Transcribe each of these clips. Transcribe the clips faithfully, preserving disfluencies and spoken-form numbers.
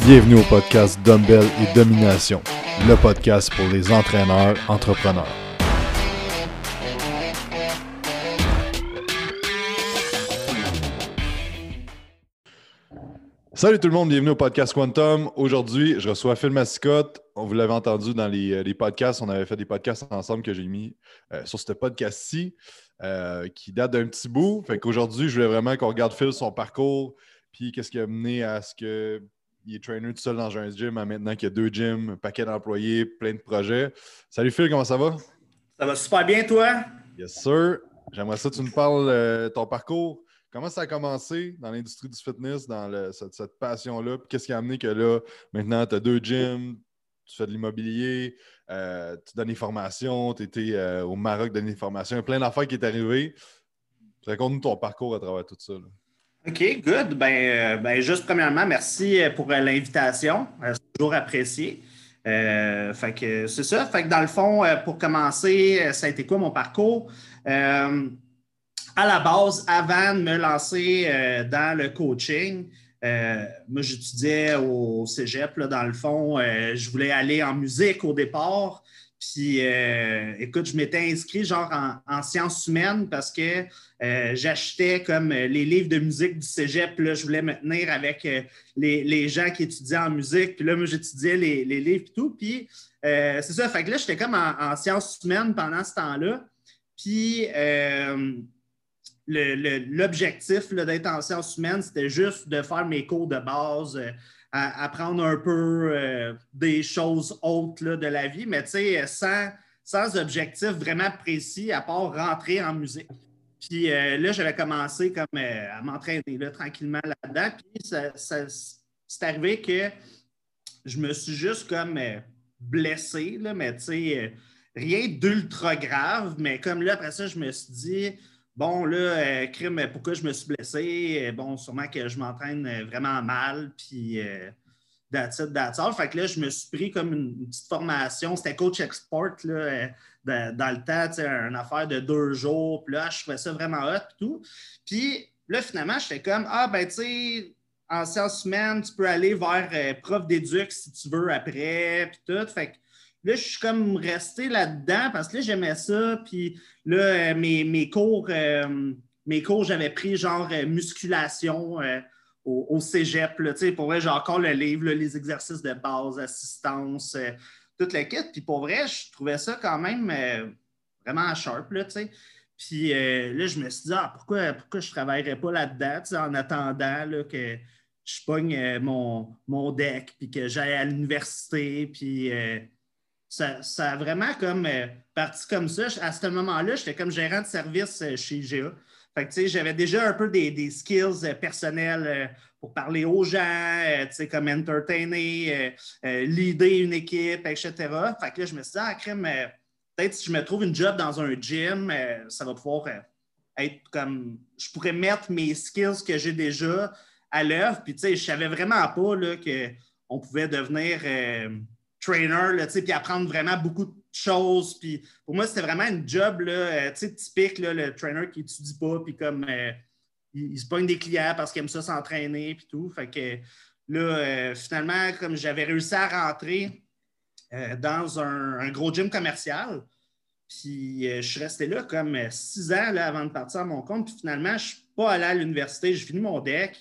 Bienvenue au podcast Dumbbell et Domination, le podcast pour les entraîneurs entrepreneurs. Salut tout le monde, bienvenue au podcast Quantum. Aujourd'hui, je reçois Phil Mascotte. On vous l'avait entendu dans les, les podcasts. On avait fait des podcasts ensemble que j'ai mis euh, sur ce podcast-ci euh, qui date d'un petit bout. Fait qu'aujourd'hui, je voulais vraiment qu'on regarde Phil, son parcours, puis qu'est-ce qui a mené à ce qu'il est trainer tout seul dans un gym, à maintenant qu'il y a deux gyms, un paquet d'employés, plein de projets. Salut Phil, comment ça va? Ça va super bien, toi? Yes, sir. J'aimerais ça que tu nous parles de euh, ton parcours. Comment ça a commencé dans l'industrie du fitness, dans le, cette, cette passion-là? Puis qu'est-ce qui a amené que là, maintenant, tu as deux gyms, tu fais de l'immobilier, euh, tu donnes des formations, tu étais euh, au Maroc donner des formations, il y a plein d'affaires qui est arrivé. Raconte-nous ton parcours à travers tout ça. Là. OK, good. Ben, euh, ben, juste premièrement, merci pour euh, l'invitation. Euh, c'est toujours apprécié. Euh, fait que c'est ça. Fait que dans le fond, euh, pour commencer, ça a été quoi mon parcours? Euh, À la base, avant de me lancer euh, dans le coaching, euh, moi, j'étudiais au cégep, là, dans le fond. Euh, je voulais aller en musique au départ. Puis, euh, écoute, je m'étais inscrit genre en, en sciences humaines parce que euh, j'achetais comme les livres de musique du cégep. Puis là, je voulais me tenir avec euh, les, les gens qui étudiaient en musique. Puis là, moi, j'étudiais les, les livres et tout. Puis, euh, c'est ça. Fait que là, j'étais comme en, en sciences humaines pendant ce temps-là. Puis, euh, Le, le, l'objectif là, d'être en sciences humaines, c'était juste de faire mes cours de base, euh, à, apprendre un peu euh, des choses autres là, de la vie, mais tu sais, sans, sans objectif vraiment précis, à part rentrer en musique. Puis euh, là, j'avais commencé comme euh, à m'entraîner là, tranquillement là-dedans. Puis ça, ça, c'est arrivé que je me suis juste comme euh, blessé, là, mais tu sais, euh, rien d'ultra grave, mais comme là, après ça, je me suis dit, bon, là, euh, crime, pourquoi je me suis blessé? Bon, sûrement que je m'entraîne vraiment mal, puis euh, that's it, that's all. Fait que là, je me suis pris comme une, une petite formation, c'était Coach Export, là, euh, dans, dans le temps, tu sais, une affaire de deux jours, puis là, je trouvais ça vraiment hot, puis tout. Puis là, finalement, j'étais comme, ah, ben, tu sais, en sciences humaines, tu peux aller vers euh, prof d'éduc si tu veux après, puis tout. Fait que là, je suis comme resté là-dedans parce que là, j'aimais ça. Puis là, euh, mes, mes cours, euh, mes cours, j'avais pris genre euh, musculation euh, au, au cégep. Là, pour vrai, j'ai encore le livre, là, les exercices de base, assistance, euh, toute la kit. Puis pour vrai, je trouvais ça quand même euh, vraiment sharp, là, tu sais. Puis euh, là, je me suis dit, ah, pourquoi, pourquoi je ne travaillerais pas là-dedans, tu sais, en attendant là, que je pogne euh, mon, mon deck, puis que j'aille à l'université, puis euh, ça, ça a vraiment comme euh, parti comme ça. À ce moment-là, j'étais comme gérant de service euh, chez I G A. Fait que, tu sais, j'avais déjà un peu des, des skills euh, personnels euh, pour parler aux gens, euh, tu sais, comme entertainer, euh, euh, leader une équipe, et cetera. Fait que là, je me suis dit, ah, crème, euh, peut-être si je me trouve une job dans un gym, euh, ça va pouvoir euh, être comme, je pourrais mettre mes skills que j'ai déjà à l'œuvre. Puis, tu sais, je savais vraiment pas là, qu'on pouvait devenir euh, trainer, là, puis apprendre vraiment beaucoup de choses. Puis, pour moi, c'était vraiment une job là, euh, typique, là, le trainer qui n'étudie pas, puis comme euh, il, il se pogne des clients parce qu'il aime ça s'entraîner, puis tout. Fait que là, euh, finalement, comme j'avais réussi à rentrer euh, dans un, un gros gym commercial, puis euh, je suis resté là comme six ans là, avant de partir à mon compte. Puis finalement, je ne suis pas allé à l'université. J'ai fini mon deck.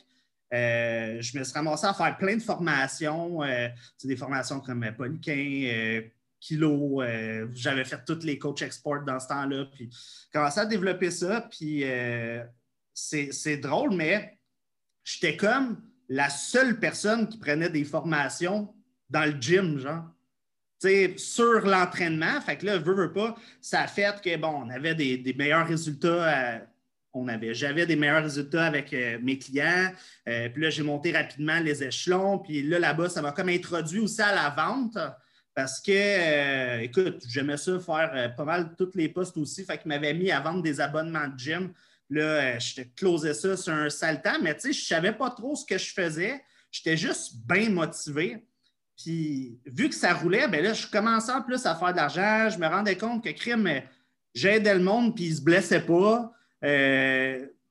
Euh, je me suis ramassé à faire plein de formations. Euh, des formations comme euh, Polyquin, euh, Kilo. Euh, j'avais fait toutes les coach export dans ce temps-là. Puis commencé à développer ça. Puis euh, c'est, c'est drôle, mais j'étais comme la seule personne qui prenait des formations dans le gym, genre. T'sais, sur l'entraînement, fait que là, veux, veux pas, ça a fait que, bon, on avait des, des meilleurs résultats, à, on avait, j'avais des meilleurs résultats avec euh, mes clients, euh, puis là, j'ai monté rapidement les échelons, puis là, là-bas, ça m'a comme introduit aussi à la vente, parce que, euh, écoute, j'aimais ça faire euh, pas mal tous les postes aussi, fait qu'ils m'avaient mis à vendre des abonnements de gym, là, euh, je te closais ça sur un sale temps, mais tu sais, je savais pas trop ce que je faisais, j'étais juste bien motivé. Puis, vu que ça roulait, bien là, je commençais en plus à faire de l'argent. Je me rendais compte que crime, j'aidais le monde, puis ils ne se blessaient pas. Euh,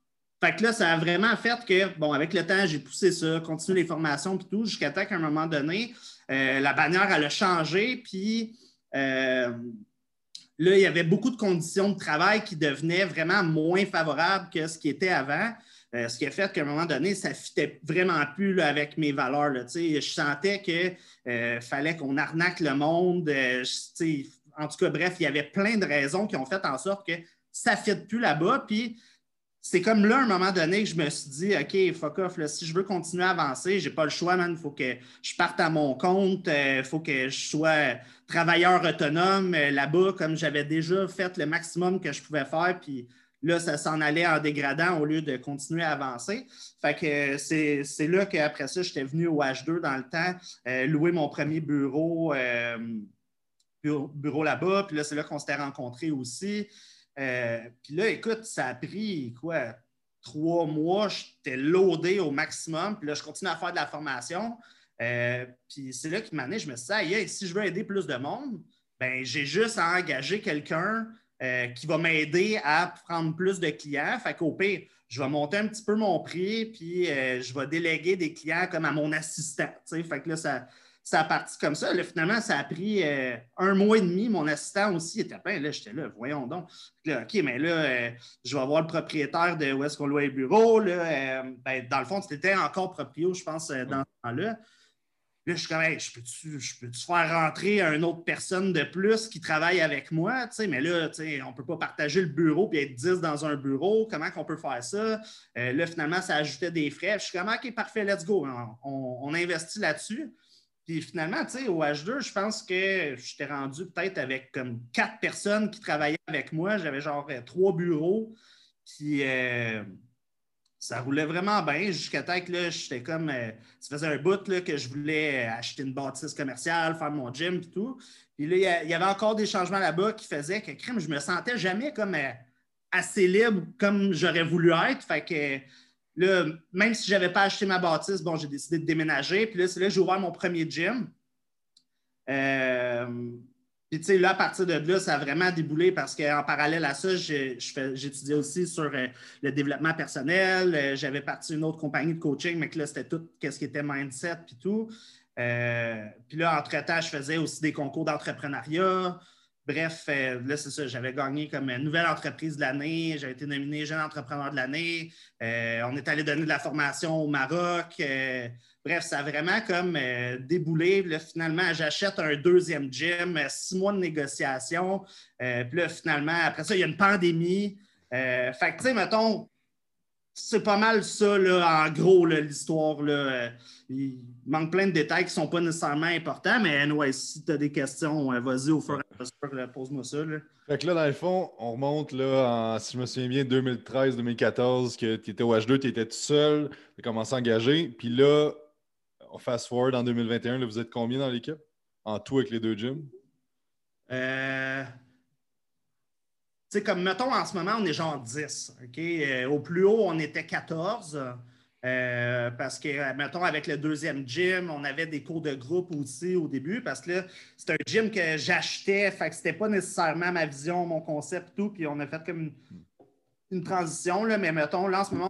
fait que là, ça a vraiment fait que, bon, avec le temps, j'ai poussé ça, continué les formations puis tout, jusqu'à temps qu'à un moment donné, euh, la bannière, elle a changé, puis euh, là, il y avait beaucoup de conditions de travail qui devenaient vraiment moins favorables que ce qui était avant. Euh, ce qui a fait qu'à un moment donné, ça ne fitait vraiment plus là, avec mes valeurs. Là, je sentais qu'il euh, fallait qu'on arnaque le monde. Euh, je, en tout cas, bref, il y avait plein de raisons qui ont fait en sorte que ça ne fit plus là-bas. Puis c'est comme là, à un moment donné, que je me suis dit, OK, fuck off, là, si je veux continuer à avancer, je n'ai pas le choix, man. Il faut que je parte à mon compte. Il euh, faut que je sois travailleur autonome euh, là-bas, comme j'avais déjà fait le maximum que je pouvais faire. Puis là, ça s'en allait en dégradant au lieu de continuer à avancer. Fait que c'est, c'est là qu'après ça, j'étais venu au H deux dans le temps, euh, louer mon premier bureau, euh, bureau, bureau là-bas. Puis là, c'est là qu'on s'était rencontrés aussi. Euh, puis là, écoute, ça a pris quoi? Trois mois, j'étais loadé au maximum. Puis là, je continue à faire de la formation. Euh, puis c'est là qu'il m'a dit, je me suis dit, ah, yeah, si je veux aider plus de monde, ben j'ai juste à engager quelqu'un euh, qui va m'aider à prendre plus de clients. Fait qu'au pire, je vais monter un petit peu mon prix, puis euh, je vais déléguer des clients comme à mon assistant. T'sais. Fait que là, ça. Ça a parti comme ça. Là, finalement, ça a pris euh, un mois et demi. Mon assistant aussi était plein. Là, j'étais là, voyons donc. Là, OK, mais là, euh, je vais voir le propriétaire de où est-ce qu'on loue les bureaux. Là, euh, ben, dans le fond, tu étais encore proprio, je pense, euh, dans ce temps-là. Là, je suis comme, hey, je peux-tu, je peux-tu faire rentrer une autre personne de plus qui travaille avec moi? T'sais, mais là, on ne peut pas partager le bureau et être dix dans un bureau. Comment qu'on peut faire ça? Euh, là, finalement, ça ajoutait des frais. Je suis comme, OK, parfait, let's go. On, on investit là-dessus. Puis finalement, tu sais, au H deux, je pense que j'étais rendu peut-être avec comme quatre personnes qui travaillaient avec moi. J'avais genre trois bureaux. Puis euh, ça roulait vraiment bien jusqu'à temps que là, j'étais comme. Euh, ça faisait un bout là, que je voulais acheter une bâtisse commerciale, faire mon gym et tout. Puis là, il y avait encore des changements là-bas qui faisaient que, crème, je me sentais jamais comme euh, assez libre comme j'aurais voulu être. Fait que. Là, même si je n'avais pas acheté ma bâtisse, bon, j'ai décidé de déménager. Puis là, c'est là que j'ai ouvert mon premier gym. Euh, puis, tu sais, là, à partir de là, ça a vraiment déboulé parce qu'en parallèle à ça, je, je fais, j'étudiais aussi sur euh, le développement personnel. Euh, j'avais parti une autre compagnie de coaching, mais que là, c'était tout ce qui était mindset puis tout. Euh, puis là, entre-temps, je faisais aussi des concours d'entrepreneuriat. Bref, euh, là, c'est ça, j'avais gagné comme nouvelle entreprise de l'année, j'avais été nominé jeune entrepreneur de l'année, euh, on est allé donner de la formation au Maroc. Euh, bref, ça a vraiment comme euh, déboulé. Là, finalement, j'achète un deuxième gym, six mois de négociation. Euh, puis là, finalement, après ça, il y a une pandémie. Euh, fait que, tu sais, mettons, c'est pas mal ça, là, en gros, là, l'histoire. Là. Il manque plein de détails qui ne sont pas nécessairement importants, mais anyway, si tu as des questions, vas-y au fur et à mesure, pose-moi ça. Là. Fait que là, dans le fond, on remonte, là, en, si je me souviens bien, deux mille treize deux mille quatorze, que tu étais au H deux, tu étais tout seul, tu as commencé à engager. Puis là, on fast forward en deux mille vingt et un, là, vous êtes combien dans l'équipe? En tout avec les deux gyms? Euh... Tu sais, comme mettons, en ce moment, on est genre dix. OK? Euh, au plus haut, on était quatorze. Euh, parce que, mettons, avec le deuxième gym, on avait des cours de groupe aussi au début. Parce que là, c'est un gym que j'achetais. Fait que c'était pas nécessairement ma vision, mon concept, tout. Puis on a fait comme une, une transition. Là, mais mettons, là, en ce moment,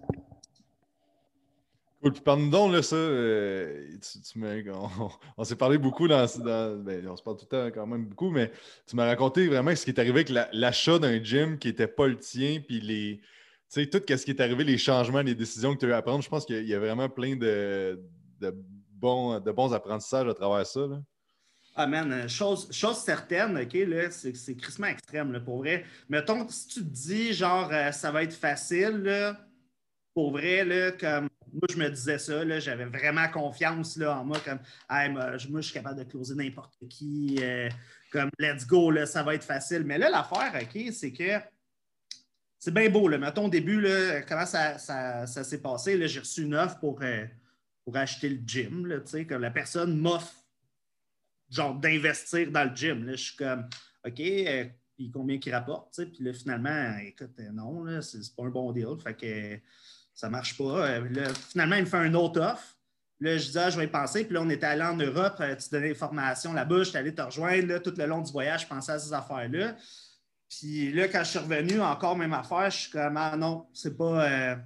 Cool. Puis parle-nous donc, là, ça, euh, tu, tu m'as- on, on s'est parlé beaucoup dans, dans ben, on se parle tout le temps quand même beaucoup, mais tu m'as raconté vraiment ce qui est arrivé avec la- l'achat d'un gym qui n'était pas le tien, puis les, tu sais, tout ce qui est arrivé, les changements, les décisions que tu as eu à prendre. Je pense qu'il y a vraiment plein de, de bons, de bons apprentissages à travers ça, là. ah man, chose, chose certaine, OK, là, c'est, c'est crissement extrême, là, pour vrai. Mettons, si tu te dis, genre, euh, ça va être facile, là, pour vrai, là, comme moi, je me disais ça, là, j'avais vraiment confiance là, en moi, comme hey, moi, je, moi, je suis capable de closer n'importe qui, euh, comme let's go, là, ça va être facile. Mais là, l'affaire, OK, c'est que c'est bien beau. Là. Mettons, au début, là, comment ça, ça, ça s'est passé, là, j'ai reçu une offre pour, euh, pour acheter le gym, là, comme la personne m'offre genre d'investir dans le gym. Là, je suis comme OK, euh, puis combien qu'il rapporte? Puis là, finalement, écoute, euh, non, là, c'est, c'est pas un bon deal. Fait que ça marche pas. Euh, là, finalement, il me fait un autre offre. Là, je dis, ah, je vais y penser. Puis là, on était allé en Europe, euh, tu donnais des formations là-bas, j'étais allé te rejoindre. Là, tout le long du voyage, je pensais à ces affaires-là. Puis là, quand je suis revenu, encore même affaire, je suis comme, ah non, c'est pas, euh,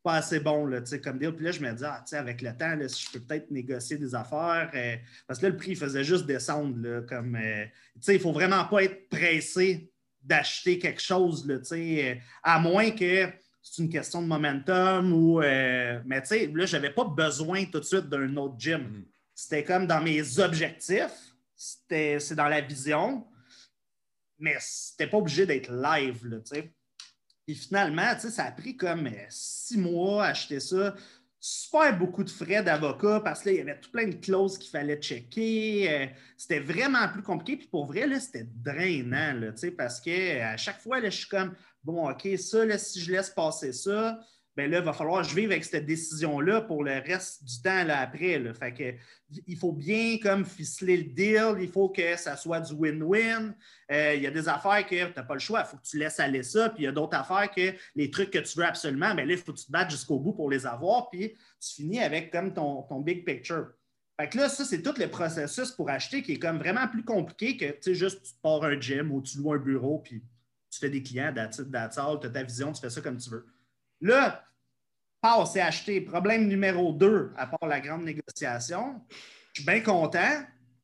pas assez bon là, comme deal. Puis là, je me dis, ah, avec le temps, là, si je peux peut-être négocier des affaires. Euh, parce que là, le prix il faisait juste descendre. Là, comme, euh, il ne faut vraiment pas être pressé d'acheter quelque chose, là, euh, à moins que c'est une question de momentum. Ou, euh, mais tu sais, là, je n'avais pas besoin tout de suite d'un autre gym. Mm. C'était comme dans mes objectifs. C'était, c'est dans la vision. Mais c'était pas obligé d'être live, là, tu sais. Et finalement, ça a pris comme six mois à acheter ça. Super beaucoup de frais d'avocat parce qu'il y avait tout plein de clauses qu'il fallait checker. Euh, c'était vraiment plus compliqué. Puis pour vrai, là, c'était drainant là, parce qu'à chaque fois, là, je suis comme bon, OK, ça, là, si je laisse passer ça, bien là, il va falloir que je vive avec cette décision-là pour le reste du temps là, après. Là. Fait que, il faut bien comme ficeler le deal, il faut que ça soit du win-win. Euh, il y a des affaires que tu n'as pas le choix, il faut que tu laisses aller ça. Puis il y a d'autres affaires que les trucs que tu veux absolument, bien là, il faut que tu te battes jusqu'au bout pour les avoir. Puis tu finis avec comme ton, ton big picture. Fait que là, ça, c'est tout le processus pour acheter qui est comme vraiment plus compliqué que, tu sais, juste tu pars un gym ou tu loues un bureau, puis tu fais des clients, that's it, that's all, tu as ta vision, tu fais ça comme tu veux. Là, passe, c'est acheté. Problème numéro deux, à part la grande négociation. Je suis bien content.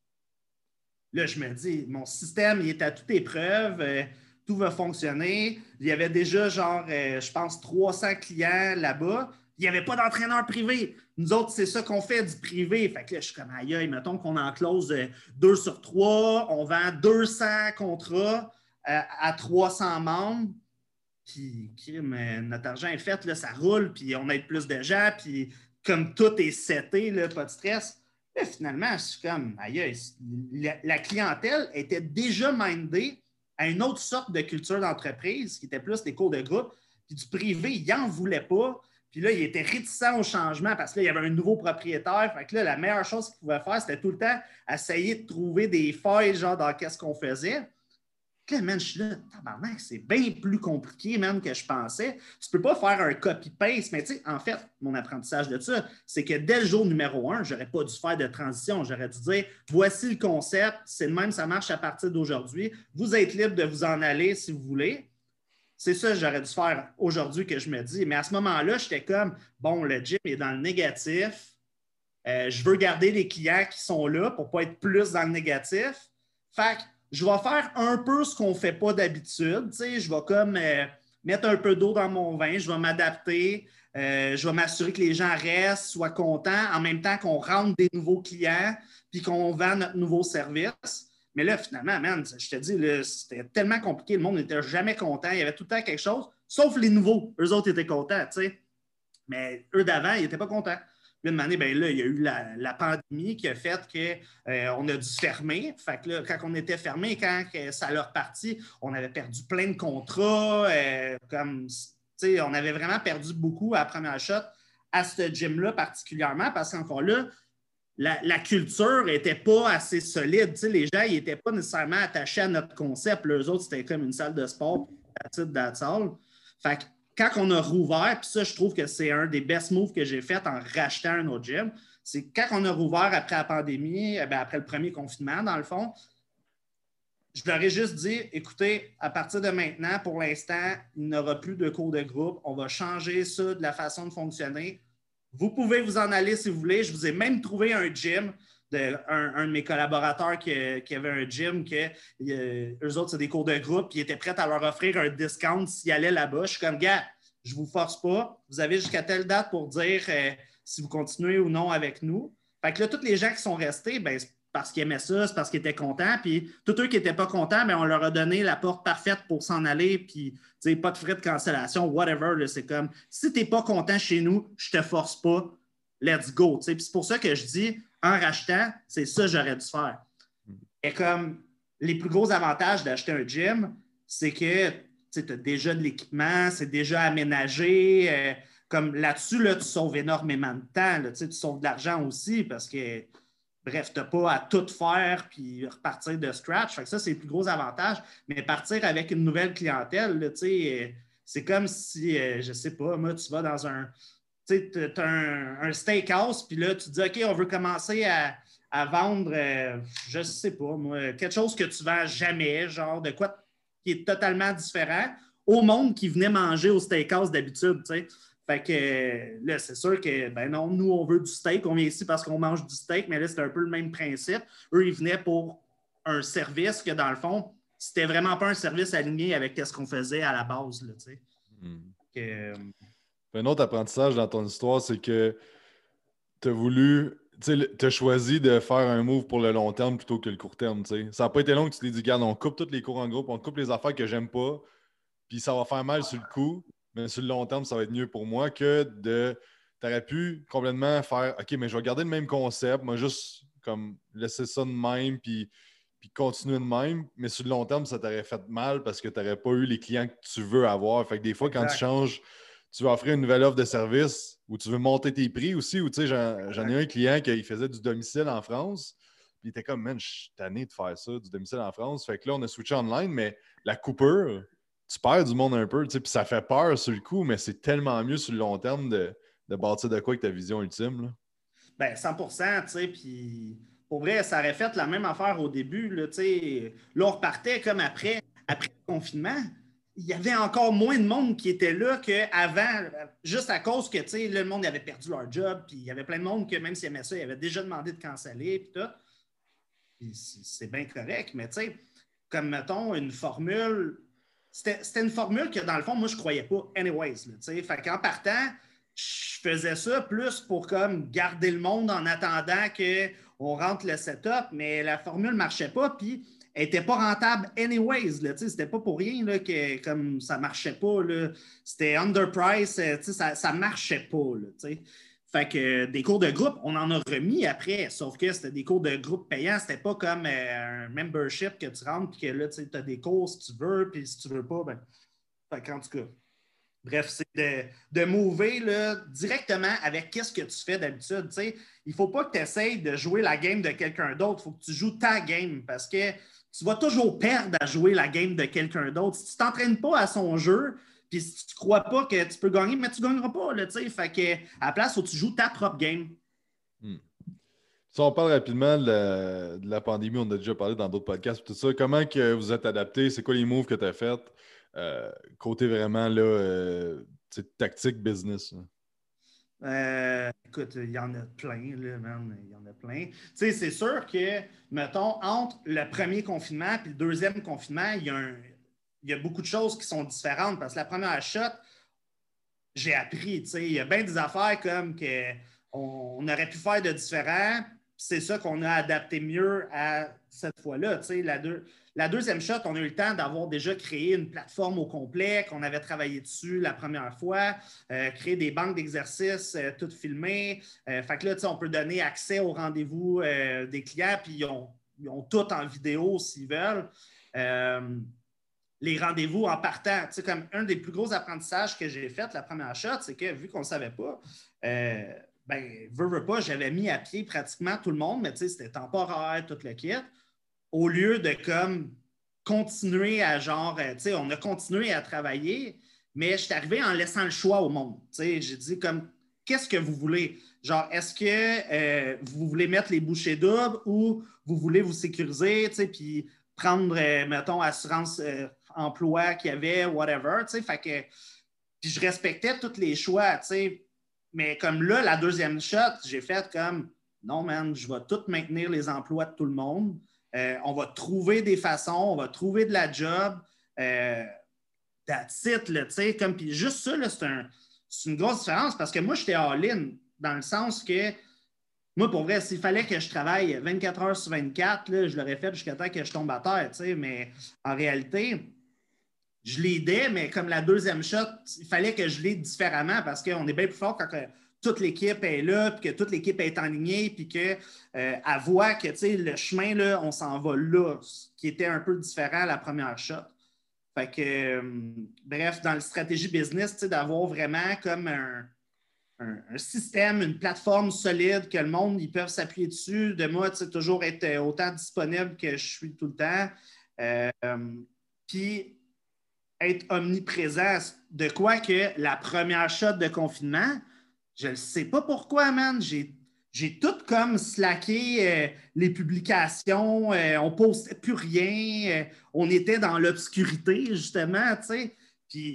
Là, je me dis, mon système, il est à toute épreuve. Euh, tout va fonctionner. Il y avait déjà, genre, euh, je pense, trois cents clients là-bas. Il n'y avait pas d'entraîneur privé. Nous autres, c'est ça qu'on fait, du privé. Fait que là, je suis comme, aïe, aïe, mettons qu'on en close euh, deux sur trois. On vend deux cents contrats euh, à trois cents membres. Puis, notre argent est fait, là, ça roule, puis on aide plus de gens, puis comme tout est seté, là, pas de stress. Là, finalement, je suis comme, aïe, la, la clientèle était déjà mindée à une autre sorte de culture d'entreprise, qui était plus des cours de groupe, puis du privé, il n'en voulait pas. Puis là, il était réticent au changement parce que là, il y avait un nouveau propriétaire. Fait que là, la meilleure chose qu'il pouvait faire, c'était tout le temps essayer de trouver des failles, genre, dans qu'est-ce qu'on faisait. Là, man, je suis là, tabarnak, c'est bien plus compliqué, même que je pensais. Tu ne peux pas faire un copy-paste, mais tu sais, en fait, mon apprentissage de ça, c'est que dès le jour numéro un, je n'aurais pas dû faire de transition. J'aurais dû dire, voici le concept, c'est le même, ça marche à partir d'aujourd'hui. Vous êtes libre de vous en aller si vous voulez. C'est ça que j'aurais dû faire aujourd'hui que je me dis. Mais à ce moment-là, j'étais comme, bon, le gym est dans le négatif. Euh, je veux garder les clients qui sont là pour ne pas être plus dans le négatif. Fait que je vais faire un peu ce qu'on ne fait pas d'habitude. Tu sais, je vais comme euh, mettre un peu d'eau dans mon vin, je vais m'adapter, euh, je vais m'assurer que les gens restent, soient contents, en même temps qu'on rentre des nouveaux clients puis qu'on vend notre nouveau service. Mais là, finalement, man, je te dis, là, c'était tellement compliqué, le monde n'était jamais content, il y avait tout le temps quelque chose, sauf les nouveaux. Eux autres étaient contents, tu sais. Mais eux d'avant, ils n'étaient pas contents. Là, une année, ben là, il y a eu la, la pandémie qui a fait qu'on euh, a dû se fermer. Fait que là, quand on était fermé, quand ça leur partit, on avait perdu plein de contrats. Euh, comme, on avait vraiment perdu beaucoup à la première shot à ce gym-là particulièrement parce qu'encore là, la, la culture n'était pas assez solide. T'sais, les gens n'étaient pas nécessairement attachés à notre concept. Là, eux autres, c'était comme une salle de sport, that's it, that's all. Fait que quand on a rouvert, puis ça, je trouve que c'est un des best moves que j'ai fait en rachetant un autre gym, c'est quand on a rouvert après la pandémie, bien, après le premier confinement, dans le fond, je leur ai juste dit, écoutez, à partir de maintenant, pour l'instant, il n'y aura plus de cours de groupe. On va changer ça de la façon de fonctionner. Vous pouvez vous en aller si vous voulez. Je vous ai même trouvé un gym. De, un, un de mes collaborateurs qui, qui avait un gym, que euh, eux autres, c'est des cours de groupe, puis ils étaient prêts à leur offrir un discount s'ils allaient là-bas. Je suis comme, gars, je ne vous force pas. Vous avez jusqu'à telle date pour dire euh, si vous continuez ou non avec nous. Fait que là, tous les gens qui sont restés, ben, c'est parce qu'ils aimaient ça, c'est parce qu'ils étaient contents. Puis tous eux qui n'étaient pas contents, ben, on leur a donné la porte parfaite pour s'en aller. Puis, tu sais, pas de frais de cancellation, whatever. Là, c'est comme, si tu n'es pas content chez nous, je ne te force pas. Let's go. Puis c'est pour ça que je dis, en rachetant, c'est ça que j'aurais dû faire. Et comme les plus gros avantages d'acheter un gym, c'est que tu as déjà de l'équipement, c'est déjà aménagé. Euh, comme là-dessus, là, tu sauves énormément de temps. Là, tu sauves de l'argent aussi parce que, bref, tu n'as pas à tout faire puis repartir de scratch. Fait que ça, c'est le plus gros avantage. Mais partir avec une nouvelle clientèle, là, euh, c'est comme si, euh, je ne sais pas, moi, tu vas dans un... Tu sais, tu as un, un steakhouse, puis là, tu te dis, OK, on veut commencer à, à vendre, euh, je ne sais pas, moi, quelque chose que tu ne vends jamais, genre de quoi qui est totalement différent au monde qui venait manger au steakhouse d'habitude, tu sais. Fait que là, c'est sûr que, ben non, nous, on veut du steak. On vient ici parce qu'on mange du steak, mais là, c'est un peu le même principe. Eux, ils venaient pour un service que, dans le fond, c'était vraiment pas un service aligné avec ce qu'on faisait à la base, là, tu sais. Mm. Que, Un autre apprentissage dans ton histoire, c'est que tu as voulu, tu as choisi de faire un move pour le long terme plutôt que le court terme. T'sais. Ça n'a pas été long que tu t'es dit, regarde, on coupe tous les cours en groupe, on coupe les affaires que j'aime pas, puis ça va faire mal sur le coup, mais sur le long terme, ça va être mieux pour moi que de. Tu aurais pu complètement faire, OK, mais je vais garder le même concept, moi, juste comme laisser ça de même, puis, puis continuer de même, mais sur le long terme, ça t'aurait fait mal parce que tu n'aurais pas eu les clients que tu veux avoir. Fait que des fois, exact. Quand tu changes, tu veux offrir une nouvelle offre de service ou tu veux monter tes prix aussi, ou tu sais, j'en, j'en ai un client qui faisait du domicile en France, puis il était comme, man, je suis tanné de faire ça, du domicile en France. Fait que là, on a switché online, mais la coupure, tu perds du monde un peu, tu sais, puis ça fait peur sur le coup, mais c'est tellement mieux sur le long terme de, de bâtir de quoi avec ta vision ultime, là. Ben, cent pour cent, tu sais, puis pour vrai, ça aurait fait la même affaire au début, là, tu sais. Là, on repartait comme après, après le confinement. Il y avait encore moins de monde qui était là qu'avant, juste à cause que, tu sais, le monde avait perdu leur job, puis il y avait plein de monde que, même s'ils aimaient ça, ils avaient déjà demandé de canceller, puis tout. Puis c'est bien correct, mais tu sais, comme, mettons, une formule, c'était, c'était une formule que, dans le fond, moi, je ne croyais pas anyways, tu sais. Fait qu'en partant, je faisais ça plus pour comme garder le monde en attendant qu'on rentre le setup, mais la formule ne marchait pas, puis elle n'était pas rentable anyways. Là, c'était pas pour rien là, que comme ça ne marchait pas. Là, c'était underprice, ça ne marchait pas. Là, t'sais. Fait que des cours de groupe, on en a remis après, sauf que c'était des cours de groupe payants. C'était pas comme euh, un membership que tu rentres et que là, tu as des cours si tu veux, puis si tu veux pas, ben. Fait qu'en tout cas. Bref, c'est de, de mover là, directement avec qu'est-ce que tu fais d'habitude. T'sais. Il ne faut pas que tu essayes de jouer la game de quelqu'un d'autre. Il faut que tu joues ta game parce que tu vas toujours perdre à jouer la game de quelqu'un d'autre. Si tu ne t'entraînes pas à son jeu, puis si tu ne crois pas que tu peux gagner, mais tu ne gagneras pas. Là, fait que, à la place, il faut que tu joues ta propre game. Hmm. Si on parle rapidement de la, de la pandémie, on a déjà parlé dans d'autres podcasts, tout ça. Comment que vous êtes adapté? C'est quoi les moves que tu as fait? Euh, côté vraiment là, euh, tactique business. Euh, écoute, il y en a plein, là, man. Il y en a plein. Tu sais, c'est sûr que, mettons, entre le premier confinement et le deuxième confinement, il y a, un, il y a beaucoup de choses qui sont différentes parce que la première shot, j'ai appris, tu sais, il y a bien des affaires comme qu'on on aurait pu faire de différent. C'est ça qu'on a adapté mieux à cette fois-là. Tu sais, la, deux, la deuxième shot, on a eu le temps d'avoir déjà créé une plateforme au complet, qu'on avait travaillé dessus la première fois, euh, créer des banques d'exercices, euh, toutes filmées. Euh, fait que là, tu sais, on peut donner accès aux rendez-vous euh, des clients, puis ils ont, ils ont tout en vidéo s'ils veulent. Euh, les rendez-vous en partant. Tu sais, comme un des plus gros apprentissages que j'ai fait la première shot, c'est que vu qu'on ne savait pas, euh, ben, veux, veux pas, j'avais mis à pied pratiquement tout le monde, mais tu sais, c'était temporaire, tout le kit. Au lieu de comme continuer à genre, tu sais, on a continué à travailler, mais je suis arrivé en laissant le choix au monde. Tu sais, j'ai dit comme, qu'est-ce que vous voulez? Genre, est-ce que euh, vous voulez mettre les bouchées doubles ou vous voulez vous sécuriser, tu sais, puis prendre, euh, mettons, assurance euh, emploi qu'il y avait, whatever, tu sais, fait que, puis je respectais tous les choix, tu sais, mais comme là, la deuxième shot, j'ai fait comme, non, man, je vais tout maintenir les emplois de tout le monde, euh, on va trouver des façons, on va trouver de la job, euh, that's it, là, tu sais, comme, puis juste ça, là, c'est, un, c'est une grosse différence, parce que moi, j'étais all-in, dans le sens que, moi, pour vrai, s'il fallait que je travaille vingt-quatre heures sur vingt-quatre, là, je l'aurais fait jusqu'à temps que je tombe à terre, tu sais, mais en réalité, je l'aidais, mais comme la deuxième shot, il fallait que je l'aide différemment parce qu'on est bien plus fort quand que toute l'équipe est là, puis que toute l'équipe est alignée, puis qu'elle euh, voit que le chemin, là, on s'en va là, ce qui était un peu différent à la première shot. Fait que, euh, bref, dans la stratégie business, d'avoir vraiment comme un, un, un système, une plateforme solide que le monde, ils peuvent s'appuyer dessus. De moi, toujours être autant disponible que je suis tout le temps. Euh, puis, être omniprésent, de quoi que la première shot de confinement, je ne sais pas pourquoi, man, j'ai, j'ai tout comme slacké euh, les publications, euh, on ne postait plus rien, euh, on était dans l'obscurité, justement, tu sais, puis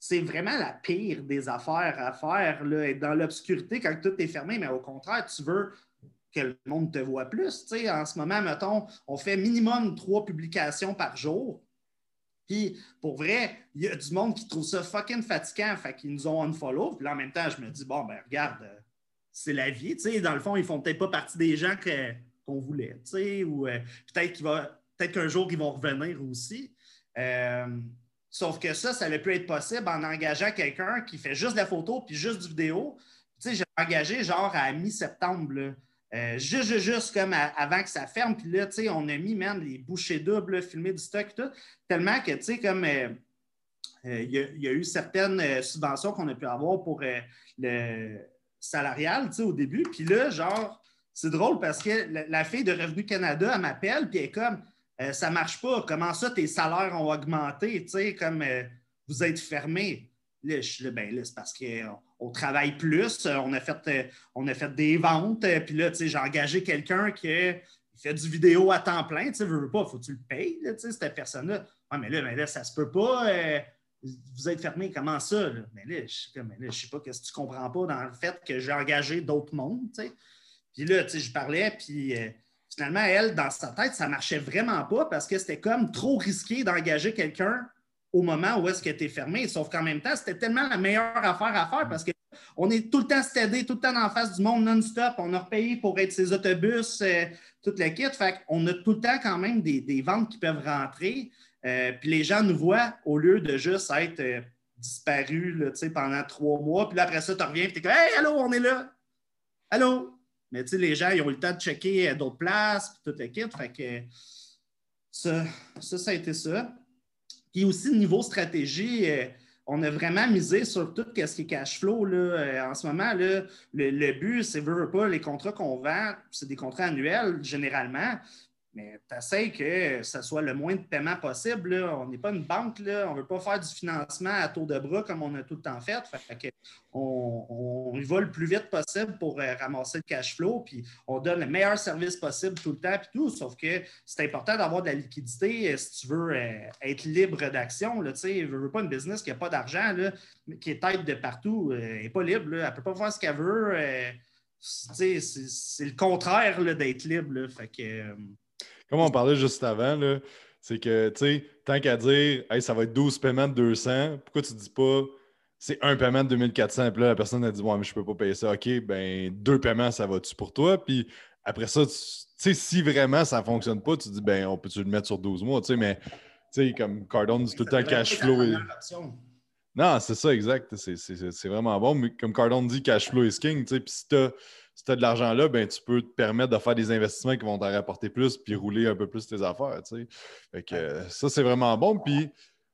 c'est vraiment la pire des affaires à faire, là, être dans l'obscurité quand tout est fermé, mais au contraire, tu veux que le monde te voit plus. Tu sais, en ce moment, mettons, on fait minimum trois publications par jour. Puis, pour vrai, il y a du monde qui trouve ça fucking fatigant, fait qu'ils nous ont unfollow. Puis là, en même temps, je me dis, bon, ben regarde, euh, c'est la vie. Tu sais, dans le fond, ils font peut-être pas partie des gens que, qu'on voulait, tu sais, ou euh, peut-être qu'il va, peut-être qu'un jour, ils vont revenir aussi. Euh, sauf que ça, ça aurait pu être possible en engageant quelqu'un qui fait juste de la photo puis juste du vidéo. Tu sais, j'ai engagé genre à mi-septembre, là. Euh, juste, juste, juste comme à- avant que ça ferme. Puis là, tu sais, on a mis, man, les bouchées doubles, là, filmer du stock et tout. Tellement que, tu sais, comme euh, euh, il y, a- il y a eu certaines euh, subventions qu'on a pu avoir pour euh, le salarial, tu sais, au début. Puis là, genre, c'est drôle parce que la, la fille de Revenu Canada, elle m'appelle, puis elle est comme, euh, ça marche pas. Comment ça, tes salaires ont augmenté, tu sais, comme euh, vous êtes fermé. Là, je suis là, ben là, c'est parce qu'on on travaille plus, euh, on a fait, euh, on a fait des ventes, euh, puis là, tu sais, j'ai engagé quelqu'un qui euh, fait du vidéo à temps plein, tu sais, veux, veux pas, faut que tu le payes, là, tu sais, cette personne-là. Ah, mais là, mais là, ça se peut pas. euh, vous êtes fermé, comment ça? Là? Mais là, je ne sais pas ce que tu comprends pas dans le fait que j'ai engagé d'autres mondes. T'sais. Puis là, je parlais, puis euh, finalement, elle, dans sa tête, ça ne marchait vraiment pas parce que c'était comme trop risqué d'engager quelqu'un au moment où est-ce que tu es fermé. Sauf qu'en même temps, c'était tellement la meilleure affaire à faire parce qu'on est tout le temps stédé, tout le temps en face du monde non-stop. On a repayé pour être ses autobus, euh, toute la kit. Fait qu'on a tout le temps quand même des, des ventes qui peuvent rentrer. Euh, puis les gens nous voient au lieu de juste être euh, disparus là, pendant trois mois. Puis là, après ça, tu reviens et tu es comme hey, allô, on est là. Allô. Mais tu sais, les gens, ils ont eu le temps de checker euh, d'autres places, puis toute la kit. Fait que ça, ça, ça a été ça. Puis aussi, niveau stratégie, euh, on a vraiment misé sur tout ce qui est cash flow. Là. Euh, en ce moment, là, le, le but, c'est veut, veut pas, les contrats qu'on vend, c'est des contrats annuels généralement. Mais tu essaies que ça soit le moins de paiement possible. Là. On n'est pas une banque. Là. On ne veut pas faire du financement à tour de bras comme on a tout le temps fait. Fait que on, on y va le plus vite possible pour euh, ramasser le cash flow. Puis on donne le meilleur service possible tout le temps. Puis tout, sauf que c'est important d'avoir de la liquidité euh, si tu veux euh, être libre d'action. Tu sais, je veux pas une business qui n'a pas d'argent, là, qui est tête de partout. Euh, elle n'est pas libre. Là. Elle ne peut pas faire ce qu'elle veut. Euh, c'est, c'est le contraire là, d'être libre. Là. Fait que. Euh, Comme on parlait juste avant, là, c'est que, tu sais, tant qu'à dire, hey, ça va être douze paiements de deux cents, pourquoi tu dis pas, c'est un paiement de deux mille quatre cents, puis là, la personne a dit, ouais, mais je peux pas payer ça. OK, ben, deux paiements, ça va-tu pour toi? Puis après ça, tu sais, si vraiment ça fonctionne pas, tu dis, ben, on peut-tu le mettre sur douze mois, tu sais, mais, tu sais, comme Cardone dit tout le temps, cash flow. Est... Non, c'est ça, exact. C'est, c'est, c'est vraiment bon. Mais comme Cardone dit, cash flow is king, tu sais, puis si t'as si tu as de l'argent là, ben, tu peux te permettre de faire des investissements qui vont t'en rapporter plus puis rouler un peu plus tes affaires. Tu sais. Fait que, euh, ça, c'est vraiment bon. Puis,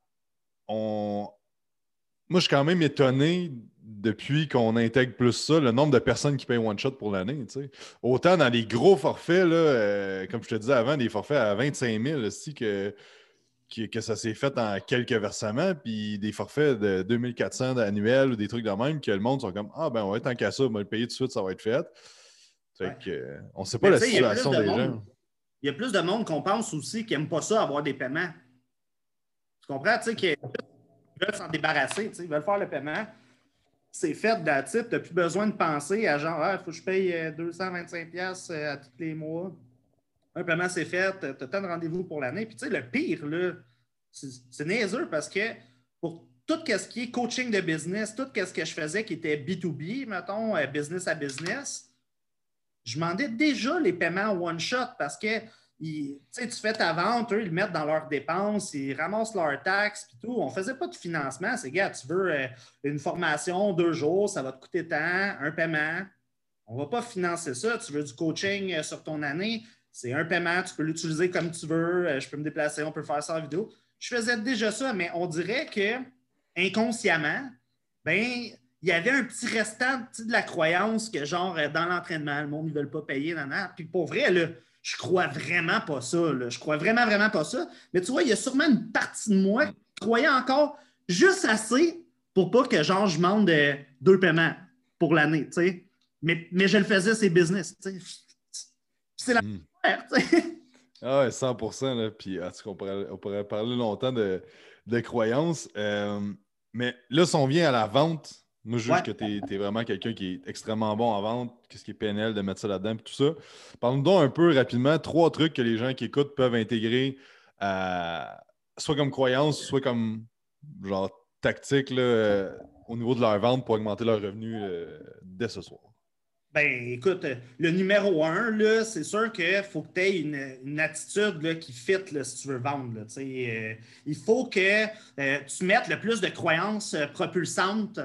on... moi, je suis quand même étonné depuis qu'on intègre plus ça, le nombre de personnes qui payent one shot pour l'année. Tu sais. Autant dans les gros forfaits, là, euh, comme je te disais avant, des forfaits à vingt-cinq mille aussi que, que, que ça s'est fait en quelques versements, puis des forfaits de deux mille quatre cents annuels ou des trucs de même que le monde sont comme ah ben ouais, tant qu'à ça, on va le payer tout de suite, ça va être fait. Fait ouais. que, euh, on ne sait pas Mais la situation situation de des monde, gens. il y a plus de monde qu'on pense aussi qui n'aime pas ça avoir des paiements. Tu comprends? Tu sais, qui veulent s'en débarrasser, tu sais, ils veulent faire le paiement. C'est fait d'attitude, tu n'as plus besoin de penser à genre, il ah, faut que je paye deux cent vingt-cinq dollars à tous les mois. Un paiement, c'est fait, tu as tant de rendez-vous pour l'année. Puis, tu sais, le pire, là, c'est, c'est niaiseux parce que pour tout ce qui est coaching de business, tout ce que je faisais qui était B deux B, mettons, business à business, je demandais déjà les paiements one-shot parce que ils, tu fais ta vente, eux, ils le mettent dans leurs dépenses, ils ramassent leurs taxes puis tout. On ne faisait pas de financement. C'est, gars, tu veux euh, une formation, deux jours, ça va te coûter tant, un paiement. On ne va pas financer ça. Tu veux du coaching euh, sur ton année, c'est un paiement, tu peux l'utiliser comme tu veux, euh, je peux me déplacer, on peut faire ça en vidéo. Je faisais déjà ça, mais on dirait que inconsciemment, ben il y avait un petit restant de la croyance que, genre, dans l'entraînement, le monde ne veut pas payer. Nan, nan. Puis pour vrai, là, je crois vraiment pas ça. Là. Je crois vraiment, vraiment pas ça. Mais tu vois, il y a sûrement une partie de moi qui croyait encore juste assez pour pas que, genre, je demande euh, deux paiements pour l'année, tu sais. Mais, mais je le faisais, c'est business, tu sais. C'est la Mm. manière, tu sais. Ah ouais, cent pour cent. Là. Puis, on, pourrait, on pourrait parler longtemps de, de croyances. Euh, Mais là, si on vient à la vente, moi, je juge Ouais. que tu es vraiment quelqu'un qui est extrêmement bon en vente. Qu'est-ce qui est P N L, de mettre ça là-dedans et tout ça. Parle-nous donc un peu rapidement, trois trucs que les gens qui écoutent peuvent intégrer, euh, soit comme croyance, soit comme genre tactique là, euh, au niveau de leur vente pour augmenter leurs revenus euh, dès ce soir. Ben, écoute, le numéro un, là, c'est sûr qu'il faut que tu aies une, une attitude là, qui fit là, si tu veux vendre. Là, euh, il faut que euh, tu mettes le plus de croyances euh, propulsantes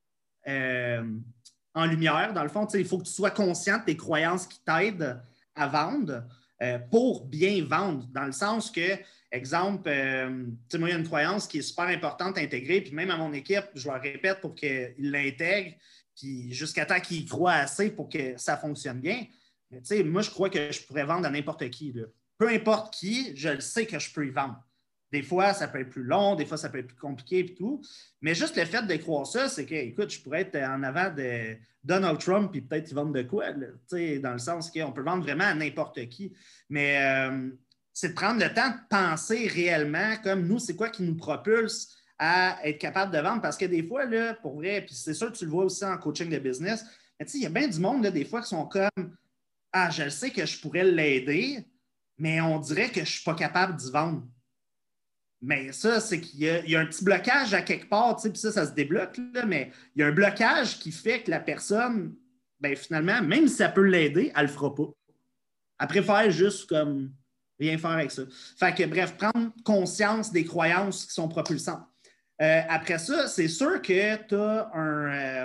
euh, en lumière. Dans le fond, il faut que tu sois conscient de tes croyances qui t'aident à vendre euh, pour bien vendre. Dans le sens que, exemple, euh, moi, il y a une croyance qui est super importante à intégrer, puis même à mon équipe, je leur répète pour qu'ils l'intègrent. Puis jusqu'à temps qu'ils y croient assez pour que ça fonctionne bien. Mais tu sais, moi, je crois que je pourrais vendre à n'importe qui. Là. Peu importe qui, je le sais que je peux y vendre. Des fois, ça peut être plus long, des fois, ça peut être plus compliqué et tout. Mais juste le fait de croire ça, c'est que, écoute, je pourrais être en avant de Donald Trump et peut-être y vendre de quoi, là, dans le sens qu'on peut vendre vraiment à n'importe qui. Mais euh, c'est de prendre le temps de penser réellement comme nous, c'est quoi qui nous propulse à être capable de vendre. Parce que des fois, là, pour vrai, puis c'est sûr que tu le vois aussi en coaching de business, mais tu sais, il y a bien du monde, là, des fois, qui sont comme « Ah, je sais que je pourrais l'aider, mais on dirait que je ne suis pas capable d'y vendre. » Mais ça, c'est qu'il y a, il y a un petit blocage à quelque part, tu sais, puis ça, ça se débloque, là, mais il y a un blocage qui fait que la personne, ben finalement, même si ça peut l'aider, elle ne le fera pas. Elle préfère juste comme rien faire avec ça. Fait que, bref, prendre conscience des croyances qui sont propulsantes. Euh, après ça, c'est sûr que tu as un, euh,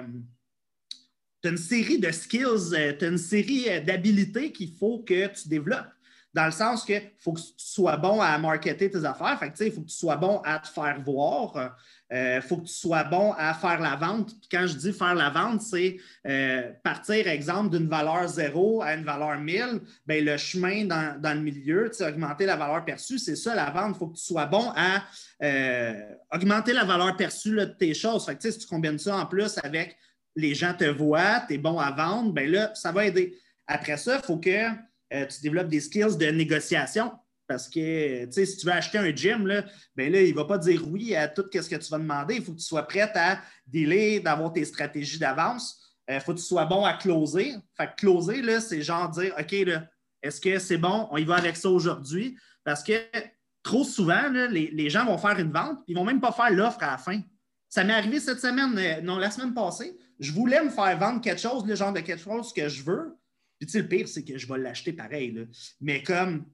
t'as une série de skills, euh, tu as une série euh, d'habilités qu'il faut que tu développes. Dans le sens qu'il faut que tu sois bon à marketer tes affaires. Fait que, il faut que tu sois bon à te faire voir. Il euh, faut que tu sois bon à faire la vente. Puis quand je dis faire la vente, c'est euh, partir, exemple, d'une valeur zéro à une valeur mille. Bien, le chemin dans, dans le milieu, augmenter la valeur perçue, c'est ça la vente. Il faut que tu sois bon à euh, augmenter la valeur perçue là, de tes choses. Fait que, si tu combines ça en plus avec les gens te voient, tu es bon à vendre, bien là, ça va aider. Après ça, il faut que euh, tu développes des skills de négociation. Parce que, tu sais, si tu veux acheter un gym, là, ben là, il ne va pas dire oui à tout ce que tu vas demander. Il faut que tu sois prête à dealer, d'avoir tes stratégies d'avance. Il euh, faut que tu sois bon à closer. Fait que closer, là, c'est genre dire, OK, là, est-ce que c'est bon? On y va avec ça aujourd'hui. Parce que trop souvent, là, les, les gens vont faire une vente, puis ils ne vont même pas faire l'offre à la fin. Ça m'est arrivé cette semaine, euh, non, la semaine passée. Je voulais me faire vendre quelque chose, le genre de quelque chose que je veux. Puis, tu sais, le pire, c'est que je vais l'acheter pareil. Là. Mais comme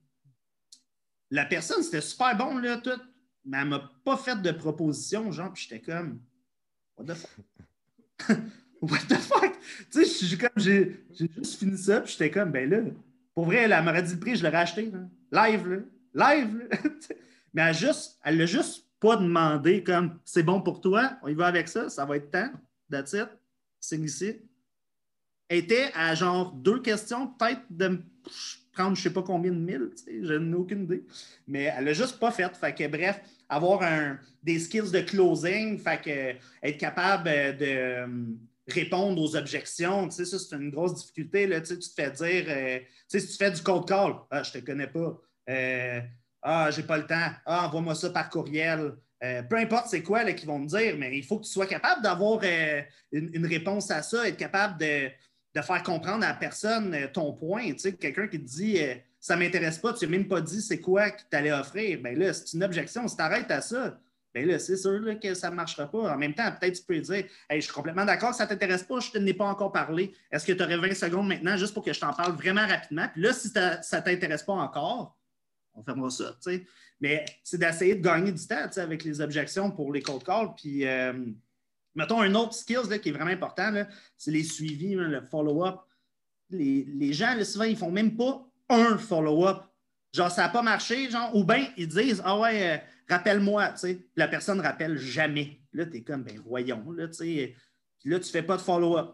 la personne, c'était super bon, là, tout, mais elle ne m'a pas fait de proposition, genre, puis j'étais comme, what the fuck? What the fuck? Tu sais, j'ai comme, j'ai, j'ai juste fini ça, puis j'étais comme, ben là, pour vrai, elle, elle m'aurait dit le prix, je l'aurais acheté, là. Live, là. Live, là. Mais elle juste, elle l'a juste pas demandé comme, c'est bon pour toi, on y va avec ça, ça va être temps, that's it, signe ici. Elle était à genre deux questions, peut-être de me prendre je ne sais pas combien de mille, je n'ai aucune idée. Mais elle l'a juste pas fait. Fait que bref, avoir un, des skills de closing, fait que être capable de um, répondre aux objections, ça, c'est une grosse difficulté. Là, tu te fais dire, euh, si tu fais du cold call, ah, je ne te connais pas. Euh, ah, j'ai pas le temps. Ah, envoie-moi ça par courriel. Euh, peu importe c'est quoi là, qu'ils vont me dire, mais il faut que tu sois capable d'avoir euh, une, une réponse à ça, être capable de de faire comprendre à la personne euh, ton point. Tu sais, quelqu'un qui te dit euh, ça ne m'intéresse pas, tu n'as même pas dit c'est quoi que tu allais offrir. Bien là, c'est une objection. Si tu arrêtes à ça, bien là, c'est sûr là, que ça ne marchera pas. En même temps, peut-être tu peux dire hey, je suis complètement d'accord que ça ne t'intéresse pas, je ne t'en ai pas encore parlé. Est-ce que tu aurais vingt secondes maintenant juste pour que je t'en parle vraiment rapidement? Puis là, si ça ne t'intéresse pas encore, on fermera ça. Tu sais. Mais c'est d'essayer de gagner du temps tu sais, avec les objections pour les cold calls. Puis. Euh, Mettons un autre skill là, qui est vraiment important, là, c'est les suivis, là, le follow-up. Les, les gens, là, souvent, ils ne font même pas un follow-up. Genre, ça n'a pas marché, genre, ou bien ils disent ah ouais, euh, rappelle-moi, tu sais. La personne ne rappelle jamais. Là, tu es comme, ben voyons, là, tu sais. Puis là, tu ne fais pas de follow-up.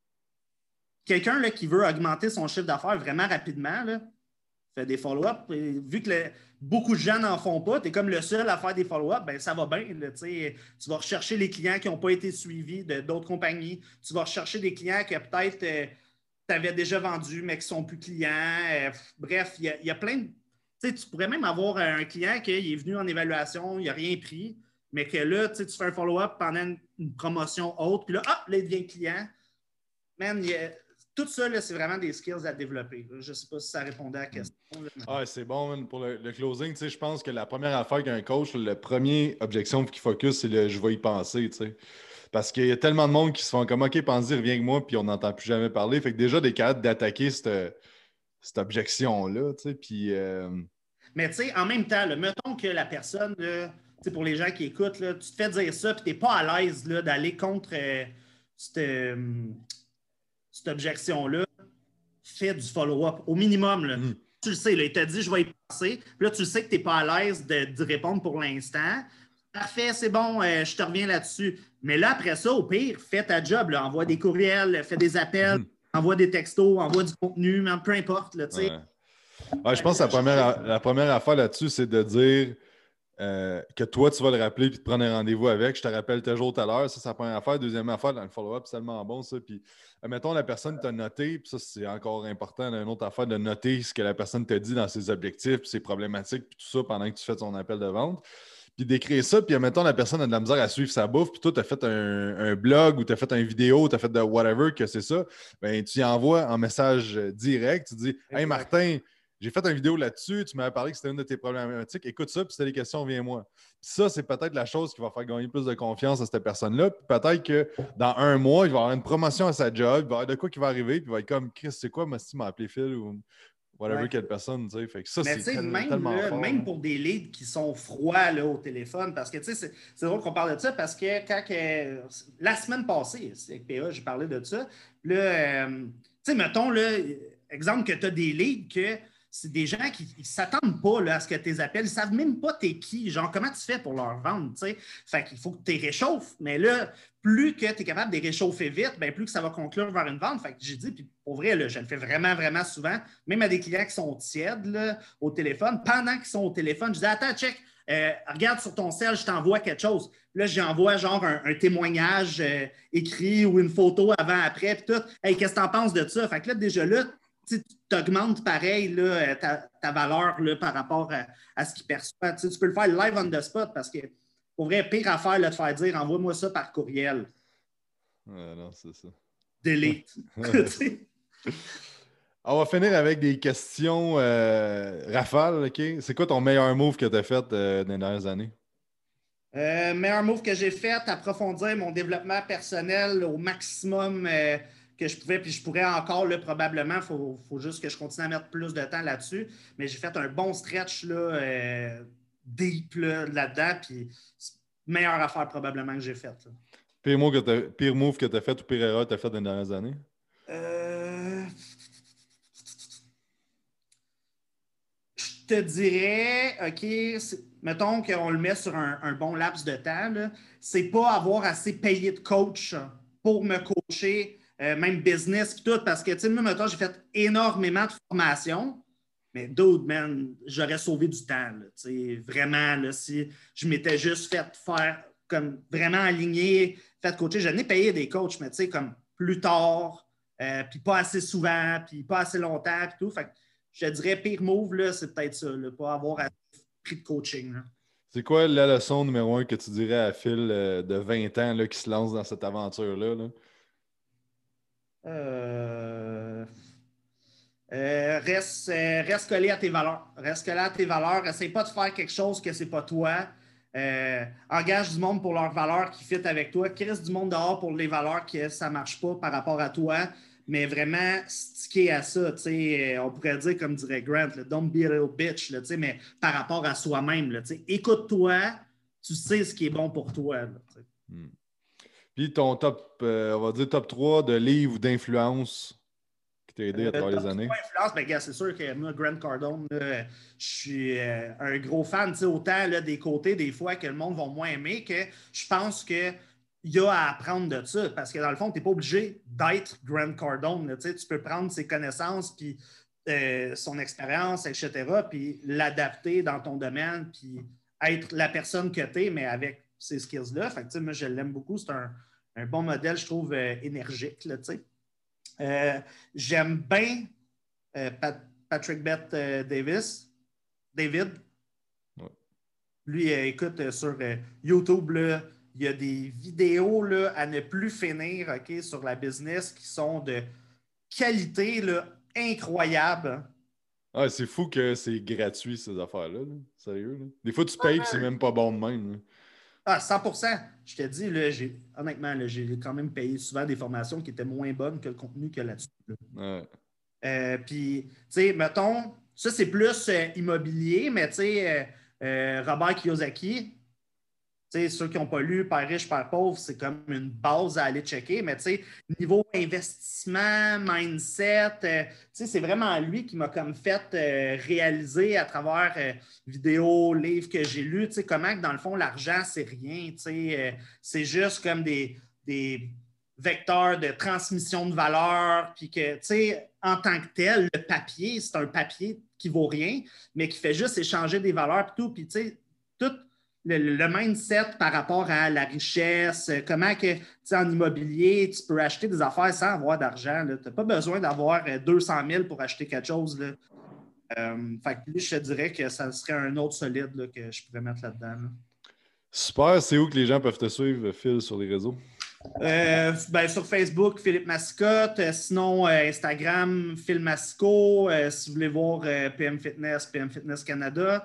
Quelqu'un là, qui veut augmenter son chiffre d'affaires vraiment rapidement, là, fait des follow-up. Vu que le, beaucoup de gens n'en font pas, tu es comme le seul à faire des follow-up, ben ça va bien. Là, tu vas rechercher les clients qui n'ont pas été suivis de, d'autres compagnies. Tu vas rechercher des clients que peut-être euh, tu avais déjà vendus, mais qui ne sont plus clients. Euh, bref, il y, y a plein de. Tu pourrais même avoir un client qui est venu en évaluation, il n'a rien pris. mais que là, tu fais un follow-up pendant une, une promotion haute, puis là, hop, là, il devient client. Man, il y a, tout ça, là, c'est vraiment des skills à développer. Je ne sais pas si ça répondait à la question. Là, mais... Ah, c'est bon, man. Pour le, le closing, je pense que la première affaire qu'un coach, le premier objection qu'il focus, c'est le je vais y penser. T'sais. Parce qu'il y a tellement de monde qui se font comme OK, pense-y, reviens avec moi, puis on n'entend plus jamais parler. Fait que déjà, des capables d'attaquer cette, cette objection-là. Puis. Euh... Mais tu sais, en même temps, là, mettons que la personne, là, pour les gens qui écoutent, là, tu te fais dire ça, puis tu n'es pas à l'aise là, d'aller contre euh, cette, euh, cette objection-là, fais du follow-up au minimum. Là. Mm. Tu le sais, là, il t'a dit je vais y passer. Puis là, tu le sais que tu n'es pas à l'aise de, de répondre pour l'instant. Parfait, c'est bon, euh, je te reviens là-dessus. Mais là, après ça, au pire, fais ta job. Là, envoie des courriels, fais des appels, mm. envoie des textos, envoie du contenu, mais peu importe. Là, ouais. Ouais, je pense que la première, la première affaire là-dessus, c'est de dire euh, que toi, tu vas le rappeler et te prendre un rendez-vous avec. Je te rappelle tel jour, telle heure. Ça, c'est la première affaire. Deuxième affaire, dans le follow-up, c'est tellement bon, ça. Puis, mettons, la personne t'a noté, puis ça, c'est encore important, une autre affaire, de noter ce que la personne t'a dit dans ses objectifs, puis ses problématiques, puis tout ça pendant que tu fais ton appel de vente. Puis d'écrire ça, puis mettons, la personne a de la misère à suivre sa bouffe, puis toi, tu as fait un, un blog ou tu as fait une vidéo, tu as fait de whatever, que c'est ça, bien, tu y envoies en message direct, tu dis « Hey, Martin, j'ai fait une vidéo là-dessus, tu m'avais parlé que c'était une de tes problématiques, écoute ça, puis si tu as des questions, viens-moi. » Ça, c'est peut-être la chose qui va faire gagner plus de confiance à cette personne-là. Puis peut-être que dans un mois, il va avoir une promotion à sa job, il va avoir de quoi qui va arriver, puis il va être comme « Chris, c'est quoi, moi, si tu m'as appelé Phil » ou whatever, ouais. Quelle personne, tu sais. Fait que ça, mais c'est tel, même, tellement là, fort. Même pour des leads qui sont froids là, au téléphone, parce que, tu sais, c'est, c'est drôle qu'on parle de ça, parce que quand que, la semaine passée, avec P A, j'ai parlé de ça. Là, euh, tu sais, mettons, là, exemple que tu as des leads que c'est des gens qui ne s'attendent pas là, à ce que tu les appelles. Ils ne savent même pas t'es qui. Genre, comment tu fais pour leur vendre, tu sais. Fait qu'il faut que tu les réchauffes. Mais là, plus que tu es capable de les réchauffer vite, bien, plus que ça va conclure vers une vente. Fait que j'ai dit, puis pour vrai, là, je le fais vraiment, vraiment souvent, même à des clients qui sont tièdes là, au téléphone. Pendant qu'ils sont au téléphone, je dis, attends, check, euh, regarde sur ton cell, je t'envoie quelque chose. Puis là, j'envoie genre un, un témoignage euh, écrit ou une photo avant-après, puis tout. Hey, qu'est-ce que tu en penses de ça? Fait que là, déjà là, tu augmentes pareil là, ta, ta valeur là, par rapport à, à ce qu'ils perçoivent. Tu, tu peux le faire live on the spot parce que, pour vrai, pire affaire, là, de faire dire envoie-moi ça par courriel. Ouais, non, c'est ça. Delete. On va finir avec des questions euh, rafales. Okay? C'est quoi ton meilleur move que tu as fait euh, dans les dernières années? Euh, meilleur move que j'ai fait, approfondir mon développement personnel au maximum. Euh, que je pouvais, puis je pourrais encore, là, probablement, il faut, faut juste que je continue à mettre plus de temps là-dessus, mais j'ai fait un bon stretch là, euh, deep là, là-dedans, puis c'est la meilleure affaire probablement que j'ai faite. Là. Pire move que tu pire move que tu as fait ou pire erreur que tu as fait dans les dernières années? Euh... Je te dirais, OK, mettons qu'on le met sur un, un bon laps de temps, là, c'est pas avoir assez payé de coach pour me coacher. Euh, même business et tout, parce que, tu sais, moi, mettons, j'ai fait énormément de formations, mais dude, man, j'aurais sauvé du temps, tu sais, vraiment, là, si je m'étais juste fait faire, comme, vraiment aligné, fait coacher, je n'ai payé des coachs, mais tu sais, comme, plus tard, euh, puis pas assez souvent, puis pas assez longtemps, puis tout, fait que je te dirais, pire move, là, c'est peut-être ça, là, pas avoir assez pris de coaching, là. C'est quoi la leçon numéro un que tu dirais à Phil euh, de vingt ans là, qui se lance dans cette aventure-là? Là? Euh... Euh, reste, euh, reste collé à tes valeurs. Reste collé à tes valeurs. Essaye pas de faire quelque chose que c'est pas toi. Euh, engage du monde pour leurs valeurs qui fit avec toi. Crisse du monde dehors pour les valeurs que ça marche pas par rapport à toi. Mais vraiment, sticker à ça. Euh, on pourrait dire, comme dirait Grant, là, don't be a little bitch, là, mais par rapport à soi-même. Là, écoute-toi, tu sais ce qui est bon pour toi. Là, hmm. Puis ton top, euh, on va dire top trois de livres d'influence qui t'a aidé à travers euh, les années? Influence, ben, gars, c'est sûr que moi, Grant Cardone, là, je suis euh, un gros fan, autant là, des côtés, des fois, que le monde va moins aimer, que je pense qu'il y a à apprendre de ça. Parce que dans le fond, tu n'es pas obligé d'être Grant Cardone. Là, tu peux prendre ses connaissances, puis euh, son expérience, et cetera, puis l'adapter dans ton domaine, puis être la personne que tu es, mais avec ces skills-là. Fait que, moi, je l'aime beaucoup. C'est un, un bon modèle, je trouve, euh, énergique. Là, euh, j'aime bien euh, Pat- Patrick Bet euh, Davis. David. Ouais. Lui, euh, écoute, euh, sur euh, YouTube, là, il y a des vidéos là, à ne plus finir, OK, sur la business qui sont de qualité là, incroyable. Ah, c'est fou que c'est gratuit, ces affaires-là. Là. Sérieux. Là. Des fois, tu payes et c'est même pas bon de même. Là. Ah, cent pour cent. Je te dis, là, j'ai, honnêtement, là, j'ai quand même payé souvent des formations qui étaient moins bonnes que le contenu que là-dessus. Là. Ouais. Euh, Puis, tu sais, mettons, ça, c'est plus euh, immobilier, mais tu sais, euh, euh, Robert Kiyosaki, tu sais, ceux qui n'ont pas lu Père riche, Père pauvre, c'est comme une base à aller checker. Mais tu sais, niveau investissement, mindset, euh, tu sais, c'est vraiment lui qui m'a comme fait euh, réaliser à travers euh, vidéos, livres que j'ai lus, tu sais, comment que dans le fond, l'argent, c'est rien. Tu sais, euh, c'est juste comme des, des vecteurs de transmission de valeur. Puis que, tu sais, en tant que tel, le papier, c'est un papier qui vaut rien, mais qui fait juste échanger des valeurs et tout. Puis, tu sais, tout le, le mindset par rapport à la richesse, comment que, tu sais, en immobilier, tu peux acheter des affaires sans avoir d'argent. Tu n'as pas besoin d'avoir deux cent mille pour acheter quelque chose. Là. Euh, fait que lui, je te dirais que ça serait un autre solide là, que je pourrais mettre là-dedans. Là. Super. C'est où que les gens peuvent te suivre, Phil, sur les réseaux? Euh, ben, sur Facebook, Philippe Mascotte. Euh, sinon, euh, Instagram, Phil Masco. Euh, si vous voulez voir euh, P M Fitness, P M Fitness Canada.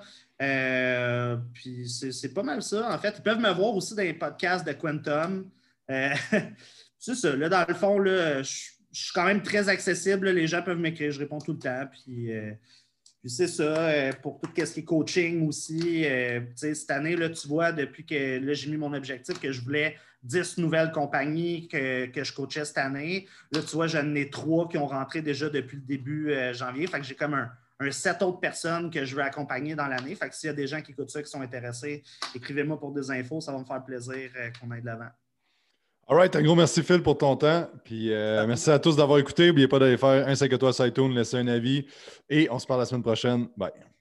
Euh, puis c'est, c'est pas mal ça. En fait, ils peuvent me voir aussi dans les podcasts de Quantum. Euh, c'est ça. Là, dans le fond, là, je, je suis quand même très accessible. Là. Les gens peuvent m'écrire. Je réponds tout le temps. Puis, euh, puis c'est ça. Euh, pour tout ce qui est coaching aussi. Euh, cette année, là, tu vois, depuis que là, j'ai mis mon objectif que je voulais dix nouvelles compagnies que, que je coachais cette année. Là, tu vois, j'en ai trois qui ont rentré déjà depuis le début euh, janvier. Fait que j'ai comme un, un sept autres personnes que je veux accompagner dans l'année. Fait que s'il y a des gens qui écoutent ça, qui sont intéressés, écrivez-moi pour des infos. Ça va me faire plaisir euh, qu'on aille de l'avant. All right, un gros merci Phil pour ton temps. Puis euh, merci à tous d'avoir écouté. N'oubliez pas d'aller faire un cinq étoiles sur iTunes, laisser un avis. Et on se parle la semaine prochaine. Bye.